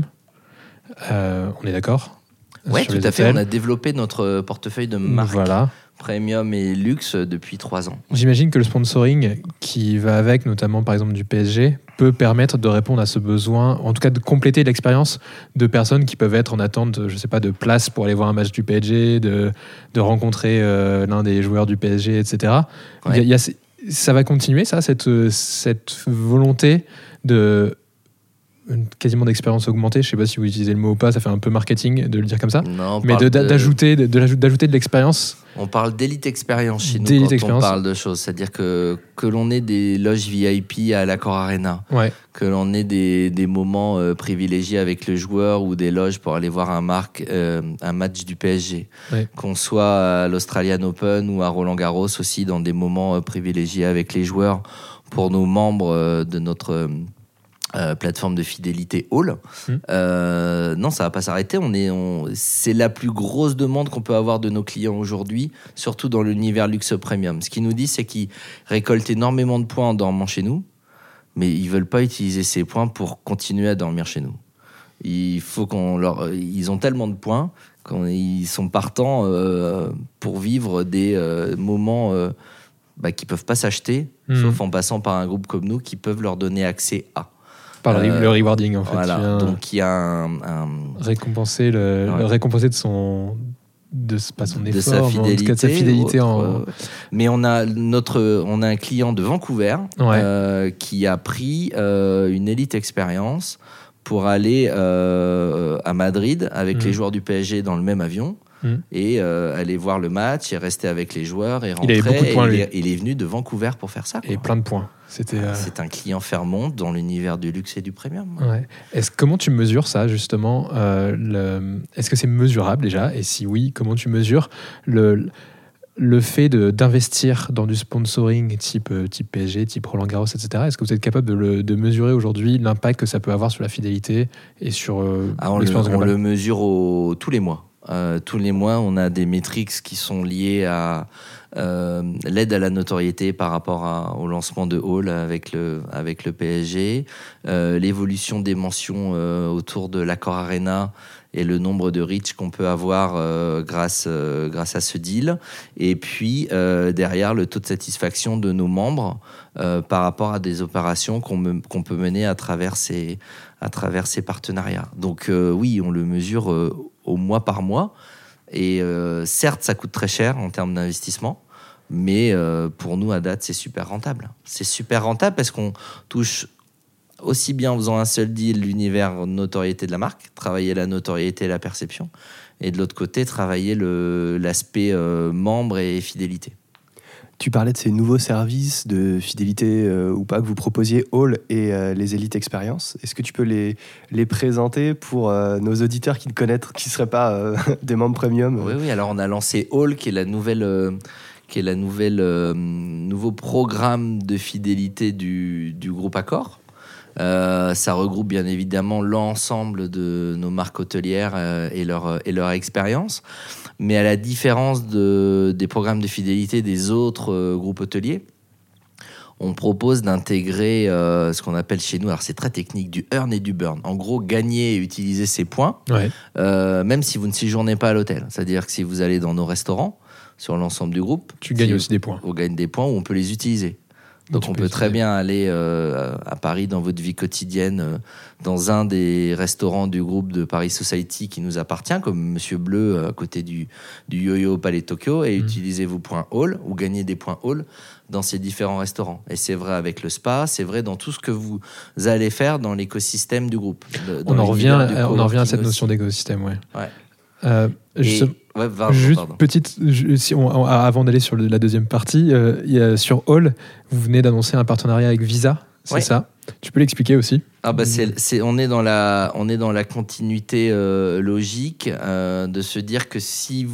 Euh, on est d'accord ? Oui, tout à fait. On a développé notre portefeuille de marques voilà. premium et luxe depuis trois ans. J'imagine que le sponsoring qui va avec, notamment par exemple du P S G, peut permettre de répondre à ce besoin, en tout cas de compléter l'expérience de personnes qui peuvent être en attente, je sais pas, de place pour aller voir un match du P S G, de, de rencontrer euh, l'un des joueurs du P S G, et cetera. Ouais. Il y a, il y a, ça va continuer, ça, cette, cette volonté de une, quasiment d'expérience augmentée, je sais pas si vous utilisez le mot ou pas, ça fait un peu marketing de le dire comme ça, non, mais de, de... d'ajouter, de, de, d'ajouter de l'expérience. On parle d'élite expérience chez nous d'élite quand expérience. On parle de choses, c'est-à-dire que, que l'on ait des loges V I P à l'Accor Arena, ouais. que l'on ait des, des moments euh, privilégiés avec le joueur ou des loges pour aller voir un, marque, euh, un match du P S G, ouais. Qu'on soit à l'Australian Open ou à Roland Garros aussi, dans des moments euh, privilégiés avec les joueurs, pour nos membres euh, de notre... Euh, Euh, plateforme de fidélité Hall. Mmh. Euh, non, ça va pas s'arrêter. On est, on, c'est la plus grosse demande qu'on peut avoir de nos clients aujourd'hui, surtout dans l'univers luxe premium. Ce qu'ils nous disent, c'est qu'ils récoltent énormément de points en dormant chez nous, mais ils veulent pas utiliser ces points pour continuer à dormir chez nous. Il faut qu'on leur, ils ont tellement de points qu'ils sont partants euh, pour vivre des euh, moments euh, bah, qui peuvent pas s'acheter, mmh. sauf en passant par un groupe comme nous qui peuvent leur donner accès à. Par le, euh, le rewarding, en fait. Voilà, donc il y a un... un... Récompenser, le, ouais. le récompenser de son... De, pas son effort, de sa fidélité, en tout cas de sa fidélité autre, en... euh, mais on a, notre, on a un client de Vancouver ouais. euh, qui a pris euh, une Elite Experience pour aller euh, à Madrid avec mmh. les joueurs du P S G dans le même avion. Mmh. Et euh, aller voir le match et rester avec les joueurs et rentrer. Il avait beaucoup de points, il, lui. Est, il est venu de Vancouver pour faire ça. Quoi. Et plein de points. C'était, euh... C'est un client Fairmont dans l'univers du luxe et du premium. Ouais. Est-ce, comment tu mesures ça, justement euh, le... Est-ce que c'est mesurable déjà ? Et si oui, comment tu mesures le, le fait de, d'investir dans du sponsoring type, type P S G, type Roland Garros, et cetera. Est-ce que vous êtes capable de, le, de mesurer aujourd'hui l'impact que ça peut avoir sur la fidélité et sur euh, ah, on l'expérience le, globale ? On le mesure au, tous les mois. Euh, tous les mois, on a des métriques qui sont liées à euh, l'aide à la notoriété par rapport à, au lancement de Hall avec le, avec le P S G, euh, l'évolution des mentions euh, autour de l'Accor Arena et le nombre de reach qu'on peut avoir euh, grâce, euh, grâce à ce deal. Et puis, euh, derrière, le taux de satisfaction de nos membres euh, par rapport à des opérations qu'on, me, qu'on peut mener à travers ces, à travers ces partenariats. Donc euh, oui, on le mesure euh, au mois par mois. Et euh, certes, ça coûte très cher en termes d'investissement, mais euh, pour nous, à date, c'est super rentable. C'est super rentable parce qu'on touche aussi bien en faisant un seul deal l'univers notoriété de la marque, travailler la notoriété et la perception, et de l'autre côté, travailler le, l'aspect euh, membre et fidélité. Tu parlais de ces nouveaux services de fidélité euh, ou pas que vous proposiez, Hall et euh, les Elite Experience. Est-ce que tu peux les, les présenter pour euh, nos auditeurs qui ne connaissent, qui ne seraient pas euh, des membres premium ? Oui, oui. Alors on a lancé Hall, qui est la nouvelle, euh, qui est la nouvelle euh, nouveau programme de fidélité du, du groupe Accor. Euh, ça regroupe bien évidemment l'ensemble de nos marques hôtelières euh, et leur et leur expérience. Mais à la différence de, des programmes de fidélité des autres euh, groupes hôteliers, on propose d'intégrer euh, ce qu'on appelle chez nous, alors c'est très technique, du earn et du burn. En gros, gagner et utiliser ses points, Ouais. euh, même si vous ne séjournez pas à l'hôtel. C'est-à-dire que si vous allez dans nos restaurants, sur l'ensemble du groupe, Tu gagnes si aussi des points. On gagne des points où on peut les utiliser. Donc Tu on peux peut utiliser. très bien aller euh, à Paris dans votre vie quotidienne, euh, dans un des restaurants du groupe de Paris Society qui nous appartient, comme Monsieur Bleu euh, à côté du, du Yo-Yo au Palais Tokyo, et Mmh. utiliser vos points Hall ou gagner des points Hall dans ces différents restaurants. Et c'est vrai avec le spa, c'est vrai dans tout ce que vous allez faire dans l'écosystème du groupe. de- dans On en revient, l'univers du on en revient à cette coworking notion aussi. d'écosystème, ouais. Ouais. Euh, Et- juste, ouais, pardon, juste pardon. petite, je- si on- on- avant d'aller sur le- la deuxième partie, euh, il y a, sur Hall, vous venez d'annoncer un partenariat avec Visa, c'est Ouais. ça? Tu peux l'expliquer aussi? Ah bah c'est, c'est, on, est dans la, on est dans la continuité euh, logique euh, de se dire que si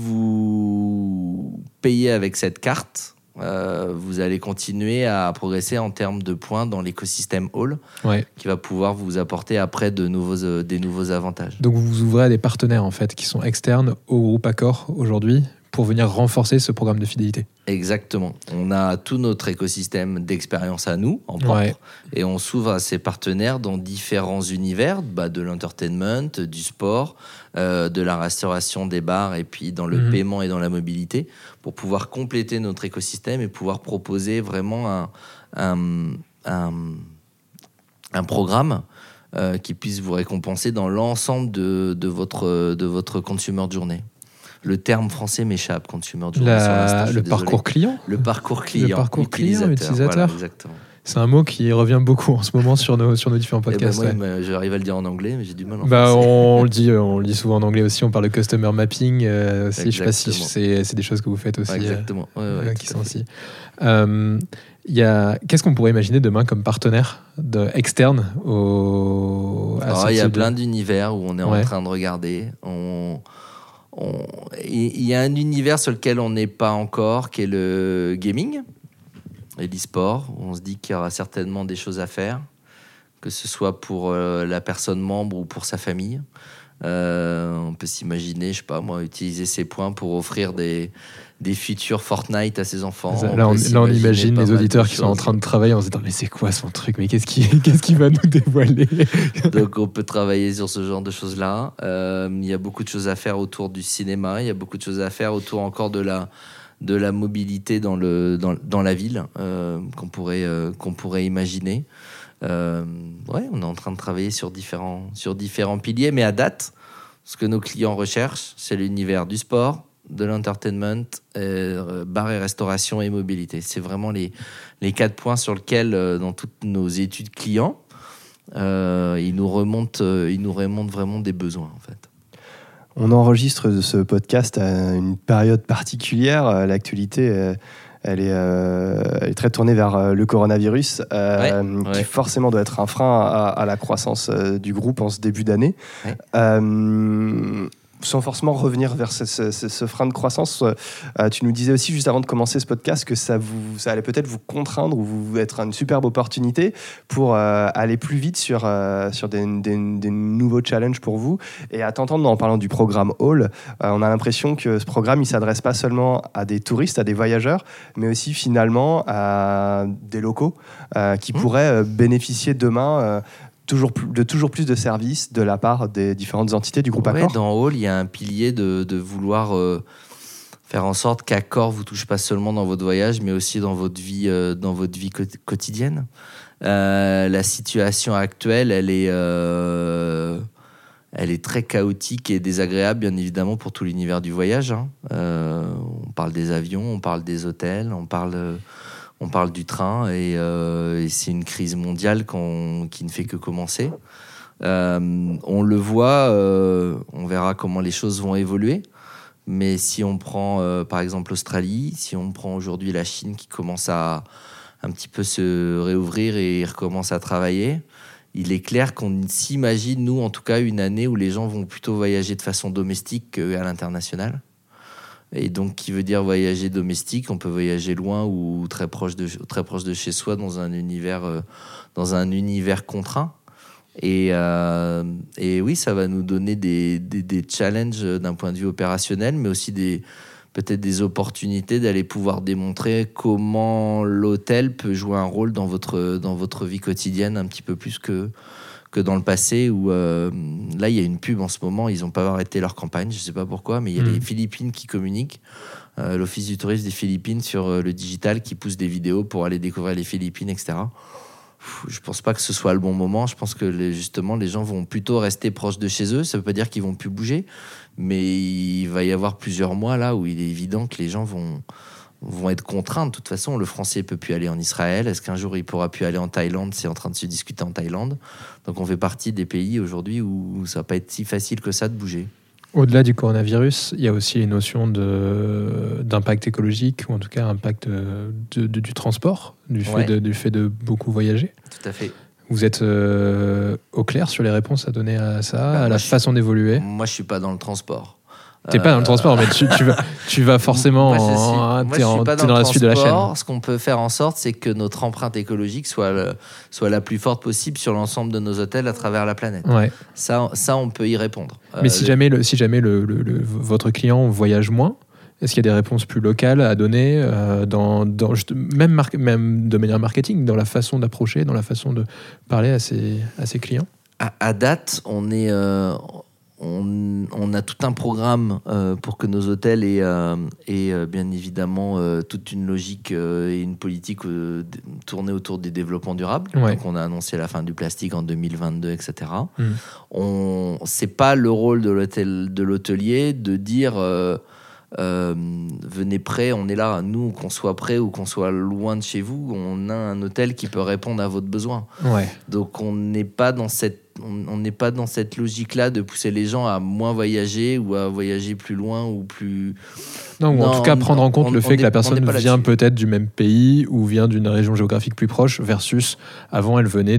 vous payez avec cette carte, euh, vous allez continuer à progresser en termes de points dans l'écosystème Hall, Ouais. qui va pouvoir vous apporter après de nouveaux, euh, des nouveaux avantages. Donc vous vous ouvrez à des partenaires en fait qui sont externes au groupe Accor aujourd'hui pour venir renforcer ce programme de fidélité. Exactement. On a tout notre écosystème d'expérience à nous, en propre, Ouais. et on s'ouvre à ces partenaires dans différents univers, bah, de l'entertainment, du sport, euh, de la restauration, des bars, et puis dans le Mhm. paiement et dans la mobilité, pour pouvoir compléter notre écosystème et pouvoir proposer vraiment un, un, un, un programme euh, qui puisse vous récompenser dans l'ensemble de, de, votre, de votre consumer journey. Le terme français m'échappe, consumer journey. La- sur l'instant, je suis le désolé. parcours client, Le parcours client. Le parcours client, Voilà, utilisateur. exactement. c'est un mot qui revient beaucoup en ce moment sur nos, sur nos différents Eh ben, podcasts. moi, ouais. il me- j'arrive à le dire en anglais, mais j'ai du mal en Bah, français. on, le dit, on le dit souvent en anglais aussi, on parle de customer mapping euh, aussi. Je sais pas si Exactement. c'est, c'est des choses que vous faites aussi. Ouais, euh, exactement. Ouais, ouais, euh, tout qui à sont fait. aussi. Euh, il y a, qu'est-ce qu'on pourrait imaginer demain comme partenaire de, externe au, à Alors, ce il y a type de- plein d'univers où on est Ouais. en train de regarder. On, on- il y a un univers sur lequel on n'est pas encore, qui est le gaming et l'e-sport. Où on se dit qu'il y aura certainement des choses à faire, que ce soit pour euh, la personne membre ou pour sa famille. Euh, on peut s'imaginer, je sais pas moi, utiliser ses points pour offrir des, des futurs Fortnite à ses enfants. Là, on, peut là, on s'imaginer imagine pas les mal de auditeurs qui sont en choses. train de travailler en se disant mais c'est quoi son truc, mais qu'est-ce qui, qu'est-ce qui va nous dévoiler? Donc on peut travailler sur ce genre de choses-là. Euh, il y a beaucoup de choses à faire autour du cinéma. Il y a beaucoup de choses à faire autour encore de la, de la mobilité dans, le, dans, dans la ville euh, qu'on pourrait, euh, qu'on pourrait imaginer. Euh, ouais, on est en train de travailler sur différents, sur différents piliers, mais à date, ce que nos clients recherchent, c'est l'univers du sport, de l'entertainment, euh, bar et restauration et mobilité. C'est vraiment les, les quatre points sur lesquels, euh, dans toutes nos études clients, euh, ils nous remontent, euh, ils nous remontent vraiment des besoins, en fait. On enregistre ce podcast à une période particulière. Euh, L'actualité, euh, elle est, euh, elle est très tournée vers euh, le coronavirus, euh, Ouais, qui ouais. forcément doit être un frein à, à la croissance euh, du groupe en ce début d'année. Ouais. Euh, sans forcément revenir vers ce, ce- ce- ce frein de croissance, euh, tu nous disais aussi juste avant de commencer ce podcast que ça, vous, ça allait peut-être vous contraindre ou vous être une superbe opportunité pour euh, aller plus vite sur, euh, sur des, des- des nouveaux challenges pour vous. Et à t'entendre en parlant du programme Hall, euh, on a l'impression que ce programme, il s'adresse pas seulement à des touristes, à des voyageurs, mais aussi finalement à des locaux euh, qui Mmh. pourraient euh, bénéficier demain euh, toujours plus, de toujours plus de services de la part des différentes entités du groupe Ouais, Accor. dans Hall, il y a un pilier de, de vouloir euh, faire en sorte qu'Accor vous touche pas seulement dans votre voyage, mais aussi dans votre vie, euh, dans votre vie quot- quotidienne. Euh, la situation actuelle, elle est, euh, elle est très chaotique et désagréable, bien évidemment, pour tout l'univers du voyage. Hein. Euh, on parle des avions, on parle des hôtels, on parle, euh, on parle du train, et, euh, et c'est une crise mondiale qu'on, qui ne fait que commencer. Euh, on le voit, euh, on verra comment les choses vont évoluer. Mais si on prend euh, par exemple l'Australie, si on prend aujourd'hui la Chine qui commence à un petit peu se réouvrir et recommence à travailler, il est clair qu'on s'imagine, nous en tout cas, une année où les gens vont plutôt voyager de façon domestique qu'à l'international. Et donc, qui veut dire voyager domestique, on peut voyager loin ou très proche de, très proche de chez soi dans un univers, euh, dans un univers contraint. Et, euh, et oui, ça va nous donner des, des, des challenges d'un point de vue opérationnel, mais aussi des, peut-être des opportunités d'aller pouvoir démontrer comment l'hôtel peut jouer un rôle dans votre, dans votre vie quotidienne un petit peu plus que, que dans le passé où euh, là il y a une pub en ce moment, ils n'ont pas arrêté leur campagne, je ne sais pas pourquoi, mais il y a mmh. les Philippines qui communiquent, euh, l'Office du tourisme des Philippines sur euh, le digital qui pousse des vidéos pour aller découvrir les Philippines, et cetera. Je ne pense pas que ce soit le bon moment. Je pense que les, justement, les gens vont plutôt rester proches de chez eux. Ça ne veut pas dire qu'ils ne vont plus bouger, mais il va y avoir plusieurs mois là où il est évident que les gens vont, vont être contraints. De toute façon, le Français ne peut plus aller en Israël. Est-ce qu'un jour il pourra plus aller en Thaïlande ? C'est en train de se discuter en Thaïlande. Donc on fait partie des pays aujourd'hui où ça ne va pas être si facile que ça de bouger. Au-delà du coronavirus, il y a aussi les notions de, d'impact écologique, ou en tout cas impact de, de, du transport, du fait, ouais. de, du fait de beaucoup voyager. Tout à fait. Vous êtes euh, au clair sur les réponses à donner à ça, bah, à la façon suis, d'évoluer ? Moi, je ne suis pas dans le transport. T'es euh... pas dans le transport, mais tu, tu, vas, tu vas forcément moi, en, moi, t'es en, pas t'es dans, dans la transport. suite de la chaîne. Ce qu'on peut faire en sorte, c'est que notre empreinte écologique soit, le, soit la plus forte possible sur l'ensemble de nos hôtels à travers la planète. Ouais. Ça, ça, on peut y répondre. Mais euh, si, le... jamais le, si jamais le, le, le, votre client voyage moins, est-ce qu'il y a des réponses plus locales à donner, euh, dans, dans, même, mar- même de manière marketing, dans la façon d'approcher, dans la façon de parler à ses, à ses clients ? à, à date, on est... Euh, On, on a tout un programme euh, pour que nos hôtels aient, euh, aient euh, bien évidemment euh, toute une logique euh, et une politique euh, d- tournée autour des développements durables. Ouais. Donc on a annoncé la fin du plastique en deux mille vingt-deux, et cetera. Mmh. On, c'est pas le rôle de, l'hôtel, de l'hôtelier de dire euh, euh, venez près, on est là. Nous, qu'on soit près ou qu'on soit loin de chez vous, on a un hôtel qui peut répondre à votre besoin. Ouais. Donc on n'est pas dans cette on n'est pas dans cette logique-là de pousser les gens à moins voyager ou à voyager plus loin ou plus... Non, ou non, en tout cas prendre on, en compte on, le on fait est, que la personne vient là-dessus. peut-être du même pays ou vient d'une région géographique plus proche versus avant elle venait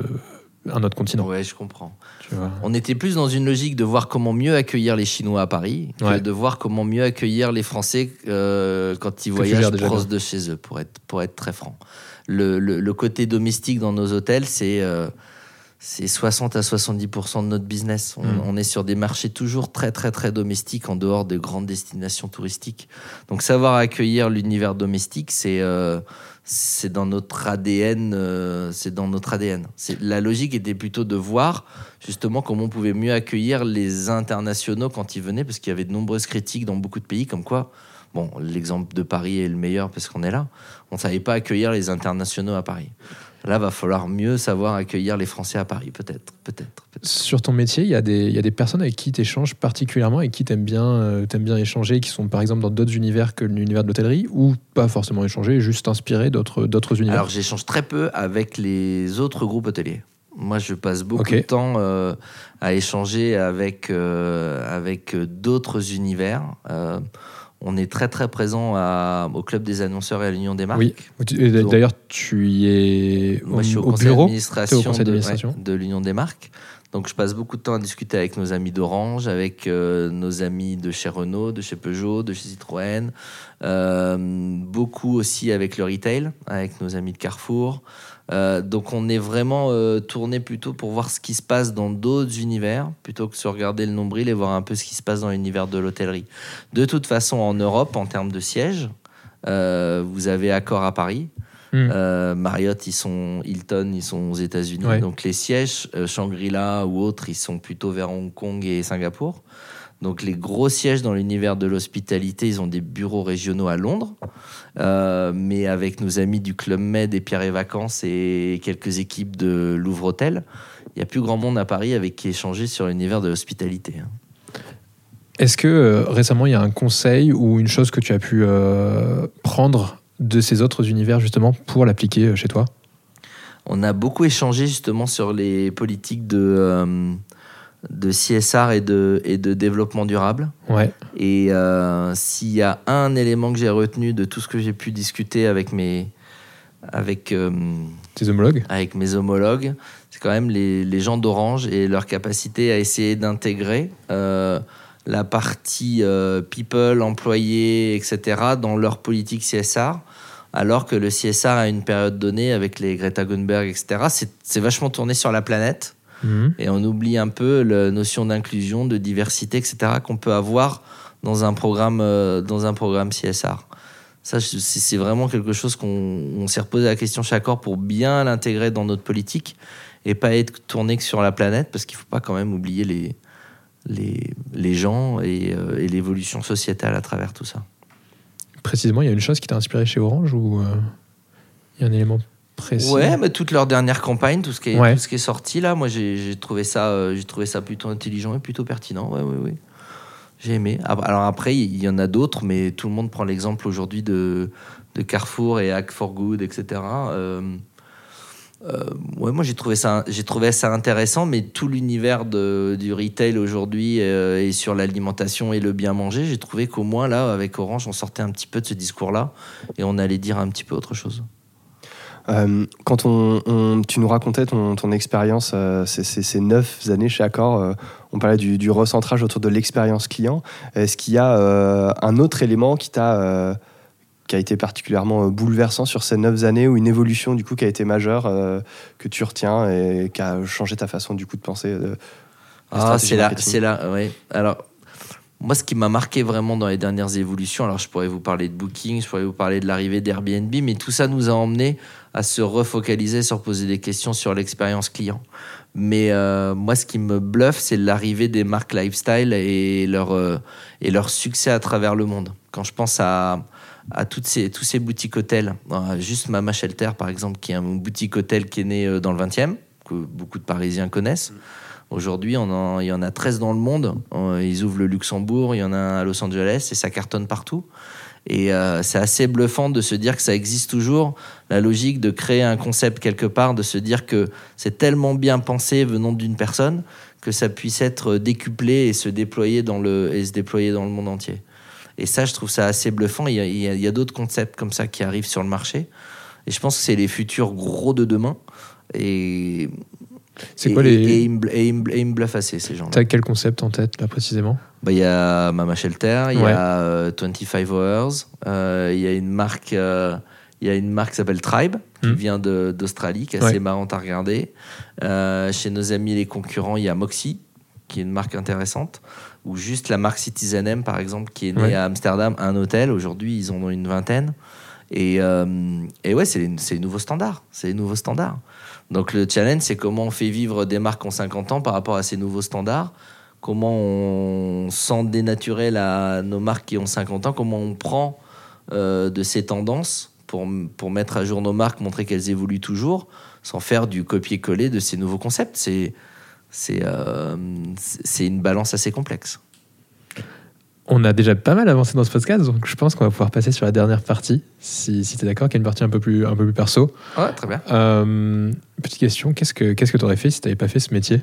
d'un autre continent. Ouais, je comprends. Tu vois. On était plus dans une logique de voir comment mieux accueillir les Chinois à Paris que ouais. de voir comment mieux accueillir les Français euh, quand ils que voyagent proche de chez eux, pour être, pour être très franc. Le, le, le côté domestique dans nos hôtels, c'est... Euh, c'est soixante à soixante-dix pour cent de notre business. On, mmh. on est sur des marchés toujours très, très, très domestiques en dehors de grandes destinations touristiques. Donc, savoir accueillir l'univers domestique, c'est, euh, c'est dans notre A D N. Euh, c'est dans notre A D N. C'est, la logique était plutôt de voir justement comment on pouvait mieux accueillir les internationaux quand ils venaient, parce qu'il y avait de nombreuses critiques dans beaucoup de pays, comme quoi... Bon, l'exemple de Paris est le meilleur parce qu'on est là. On ne savait pas accueillir les internationaux à Paris. Là, il va falloir mieux savoir accueillir les Français à Paris, peut-être. peut-être, peut-être. Sur ton métier, il y a des, il y a des personnes avec qui tu échanges particulièrement, avec qui tu aimes bien, euh, t'aimes bien échanger, qui sont par exemple dans d'autres univers que l'univers de l'hôtellerie, ou pas forcément échanger, juste inspiré d'autres, d'autres univers ? Alors, j'échange très peu avec les autres groupes hôteliers. Moi, je passe beaucoup okay. de temps euh, à échanger avec, euh, avec d'autres univers. Euh, On est très très présent à, au Club des annonceurs et à l'Union des marques. Oui, donc, d'ailleurs tu y es au, moi, je suis au, au conseil bureau d'administration, au conseil d'administration. De, ouais, de l'Union des marques. Donc je passe beaucoup de temps à discuter avec nos amis d'Orange, avec euh, nos amis de chez Renault, de chez Peugeot, de chez Citroën. Euh, beaucoup aussi avec le retail, avec nos amis de Carrefour. Euh, donc on est vraiment euh, tourné plutôt pour voir ce qui se passe dans d'autres univers plutôt que de se regarder le nombril et voir un peu ce qui se passe dans l'univers de l'hôtellerie. De toute façon, en Europe, en termes de sièges, euh, vous avez Accor à Paris, mmh. euh, Marriott, ils sont Hilton, ils sont aux États-Unis. Ouais. Donc les sièges, euh, Shangri-La ou autres, ils sont plutôt vers Hong Kong et Singapour. Donc les gros sièges dans l'univers de l'hospitalité, ils ont des bureaux régionaux à Londres. Euh, mais avec nos amis du Club Med et Pierre et Vacances et quelques équipes de Louvre Hôtel, il n'y a plus grand monde à Paris avec qui échanger sur l'univers de l'hospitalité. Est-ce que euh, récemment, il y a un conseil ou une chose que tu as pu euh, prendre de ces autres univers justement pour l'appliquer chez toi ? On a beaucoup échangé justement sur les politiques de... Euh, de C S R et de, et de développement durable. Ouais. Et euh, s'il y a un élément que j'ai retenu de tout ce que j'ai pu discuter avec mes, avec, euh, Tes homologues avec mes homologues, c'est quand même les, les gens d'Orange et leur capacité à essayer d'intégrer euh, la partie euh, people, employés, et cetera dans leur politique C S R, alors que le C S R à une période donnée, avec les Greta Thunberg, et cetera, c'est, c'est vachement tourné sur la planète. Mmh. Et on oublie un peu la notion d'inclusion, de diversité, et cetera qu'on peut avoir dans un programme, euh, dans un programme C S R. Ça, c'est, c'est vraiment quelque chose qu'on on s'est reposé la question chaque heure pour bien l'intégrer dans notre politique et pas être tourné que sur la planète, parce qu'il ne faut pas quand même oublier les, les, les gens et, euh, et l'évolution sociétale à travers tout ça. Précisément, il y a une chose qui t'a inspiré chez Orange ou euh, il y a un élément précis? Ouais, mais toute leur dernière campagne, tout ce qui est, ouais. tout ce qui est sorti là, moi j'ai, j'ai, trouvé ça, euh, j'ai trouvé ça plutôt intelligent et plutôt pertinent. Ouais, ouais, ouais. J'ai aimé. Alors après, il y en a d'autres, mais tout le monde prend l'exemple aujourd'hui de, de Carrefour et Hack for Good, et cetera. Euh, euh, ouais, moi j'ai trouvé ça, j'ai trouvé ça intéressant, mais tout l'univers de, du retail aujourd'hui euh, et sur l'alimentation et le bien manger, j'ai trouvé qu'au moins là, avec Orange, on sortait un petit peu de ce discours-là et on allait dire un petit peu autre chose. Euh, quand on, on, tu nous racontais ton, ton expérience, euh, ces, ces, ces neuf années chez Accor, euh, on parlait du, du recentrage autour de l'expérience client. Est-ce qu'il y a euh, un autre élément qui t'a euh, qui a été particulièrement bouleversant sur ces neuf années, ou une évolution du coup qui a été majeure, euh, que tu retiens et qui a changé ta façon du coup de penser de, de Ah, c'est là, c'est là, oui. Alors, moi, ce qui m'a marqué vraiment dans les dernières évolutions, alors je pourrais vous parler de Booking, je pourrais vous parler de l'arrivée d'Airbnb, mais tout ça nous a emmenés à se refocaliser sur poser des questions sur l'expérience client. Mais euh, moi, ce qui me bluffe, c'est l'arrivée des marques lifestyle et leur, euh, et leur succès à travers le monde. Quand je pense à, à toutes ces, tous ces boutiques hôtels, juste Mama Shelter, par exemple, qui est un boutique hôtel qui est né dans le vingtième, que beaucoup de Parisiens connaissent. Aujourd'hui, on en, il y en a treize dans le monde. Ils ouvrent le Luxembourg, il y en a un à Los Angeles et ça cartonne partout. Et euh, c'est assez bluffant de se dire que ça existe toujours, la logique de créer un concept quelque part, de se dire que c'est tellement bien pensé venant d'une personne que ça puisse être décuplé et se déployer dans le, et se déployer dans le monde entier. Et ça, je trouve ça assez bluffant. Il y a, il y a, il y a d'autres concepts comme ça qui arrivent sur le marché. Et je pense que c'est les futurs gros de demain. Et... C'est et, quoi les... et, et, ils et, et, ils me bluffent assez, ces gens-là. T'as quel concept en tête, là, précisément? Bah, y a Mama Shelter, il ouais. y a euh, vingt-cinq Hours, il euh, y a une marque, il euh, y a une marque qui s'appelle Tribe, qui mmh. vient de, d'Australie, qui est assez ouais. marrante à regarder. Euh, chez nos amis les concurrents, il y a Moxie, qui est une marque intéressante, ou juste la marque Citizen M, par exemple, qui est née ouais. à Amsterdam, un hôtel. Aujourd'hui, ils en ont une vingtaine. Et, euh, et ouais, c'est les, c'est les nouveaux standards. C'est les nouveaux standards. Donc le challenge, c'est comment on fait vivre des marques en cinquante ans par rapport à ces nouveaux standards. Comment on sent dénaturer la, nos marques qui ont cinquante ans. Comment on prend euh, de ces tendances pour, pour mettre à jour nos marques, montrer qu'elles évoluent toujours, sans faire du copier-coller de ces nouveaux concepts. C'est, c'est, euh, c'est une balance assez complexe. On a déjà pas mal avancé dans ce podcast, donc je pense qu'on va pouvoir passer sur la dernière partie, si, si tu es d'accord, qui est une partie un peu plus, un peu plus perso. Ouais, très bien. Euh, petite question, qu'est-ce que qu'est-ce que tu aurais fait si tu n'avais pas fait ce métier?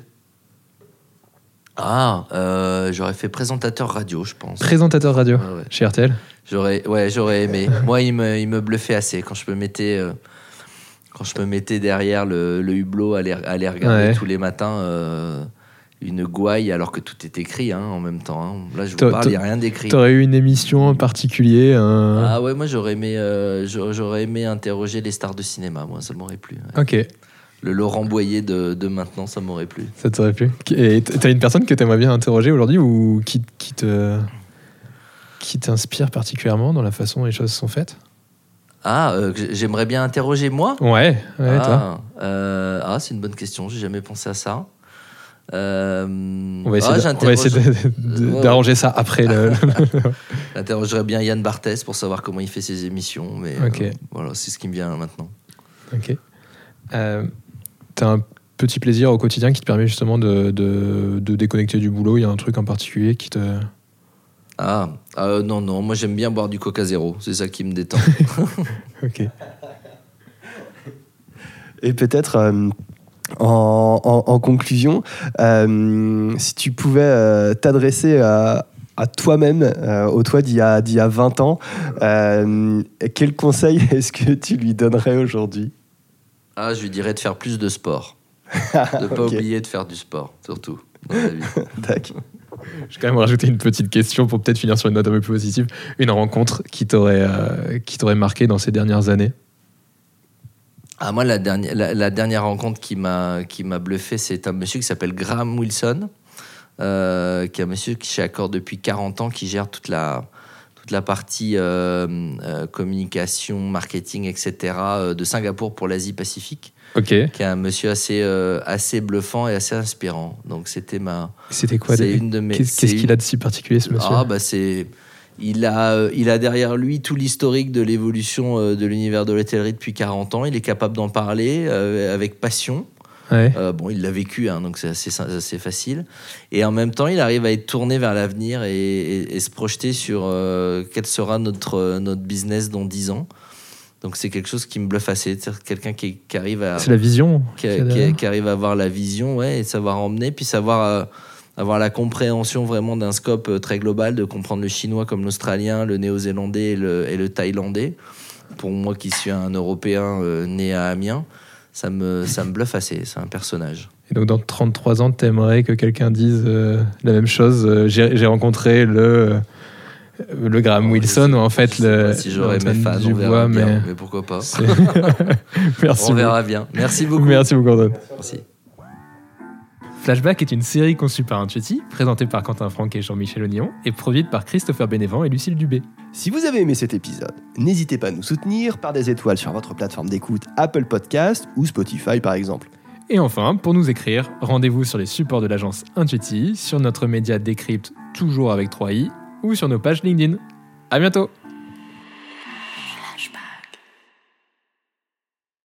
Ah, euh, j'aurais fait présentateur radio, je pense. Présentateur radio, ouais, ouais. Chez R T L? J'aurais, ouais, j'aurais aimé. Moi, il me, il me bluffait assez quand je me mettais, euh, quand je me mettais derrière le, le hublot à les, à les regarder ouais. tous les matins. Euh, une gouaille alors que tout est écrit hein, en même temps. Hein. Là, je vous T'a, parle, il n'y a rien d'écrit. T'aurais eu une émission en particulier un... Ah ouais, moi j'aurais aimé, euh, j'aurais aimé interroger les stars de cinéma, moi, ça m'aurait plu. Ouais. Ok. Le Laurent Boyer de, de maintenant, ça m'aurait plu. Ça t'aurait plu. Et t'as une personne que t'aimerais bien interroger aujourd'hui ou qui, qui, te, qui t'inspire particulièrement dans la façon dont les choses sont faites? Ah, euh, j'aimerais bien interroger moi? Ouais, ouais ah, toi. Euh, ah, c'est une bonne question, j'ai jamais pensé à ça. Euh, on va essayer, ah, de, on va essayer de, de, de, d'arranger ça après. Le... J'interrogerais bien Yann Barthès pour savoir comment il fait ses émissions, mais okay. euh, voilà, c'est ce qui me vient maintenant. Ok. Euh, t'as un petit plaisir au quotidien qui te permet justement de, de, de déconnecter du boulot? Il y a un truc en particulier qui te... Ah, euh, non, non, moi j'aime bien boire du Coca Zéro, c'est ça qui me détend. Ok. Et peut-être... Euh... En, en, en conclusion, euh, si tu pouvais euh, t'adresser à, à toi-même, euh, au toi d'il y a, d'il y a vingt ans, euh, quel conseil est-ce que tu lui donnerais aujourd'hui? Ah, je lui dirais de faire plus de sport. De ne pas okay. oublier de faire du sport, surtout, dans la vie. D'accord. Je vais quand même rajouter une petite question pour peut-être finir sur une note un peu plus positive. Une rencontre qui t'aurait, euh, qui t'aurait marqué dans ces dernières années? Ah, moi, la dernière, la, la dernière rencontre qui m'a, qui m'a bluffé, c'est un monsieur qui s'appelle Graham Wilson, euh, qui est un monsieur qui est chez Accor depuis quarante ans, qui gère toute la, toute la partie euh, euh, communication, marketing, et cetera euh, de Singapour pour l'Asie-Pacifique. Ok. Qui est un monsieur assez, euh, assez bluffant et assez inspirant. Donc c'était ma... C'était quoi c'est des... une de mes, Qu'est-ce, c'est qu'est-ce une... qu'il a de si particulier, ce monsieur? Ah, bah c'est... Il a, euh, il a derrière lui tout l'historique de l'évolution euh, de l'univers de l'hôtellerie depuis quarante ans. Il est capable d'en parler euh, avec passion. Ouais. Euh, bon, il l'a vécu, hein, donc c'est assez, assez facile. Et en même temps, il arrive à être tourné vers l'avenir et, et, et se projeter sur euh, quel sera notre, notre business dans dix ans. Donc c'est quelque chose qui me bluffe assez. C'est quelqu'un qui, qui arrive à... C'est la vision. Qui, a, qui, a, qui arrive à avoir la vision, ouais, et savoir emmener, puis savoir euh, avoir la compréhension vraiment d'un scope très global, de comprendre le chinois comme l'australien, le néo-zélandais et le, et le thaïlandais. Pour moi qui suis un Européen euh, né à Amiens, ça me, ça me bluffe assez. C'est un personnage. Et donc dans trente-trois ans, t'aimerais que quelqu'un dise euh, la même chose. euh, j'ai, j'ai rencontré le... le Graham oh, Wilson sais, ou en fait le si j'aurais mes fans on verra bien, mais... mais pourquoi pas. Merci on verra beaucoup. Bien merci beaucoup. Merci beaucoup Antoine. Merci. Flashback est une série conçue par Intuiti, présentée par Quentin Franck et Jean-Michel Ognon et produite par Christopher Bénévent et Lucille Dubé. Si vous avez aimé cet épisode, n'hésitez pas à nous soutenir par des étoiles sur votre plateforme d'écoute Apple Podcast ou Spotify par exemple. Et enfin, pour nous écrire, rendez-vous sur les supports de l'agence Intuiti, sur notre média Décrypte, toujours avec trois i, ou sur nos pages LinkedIn. À bientôt. Flashback.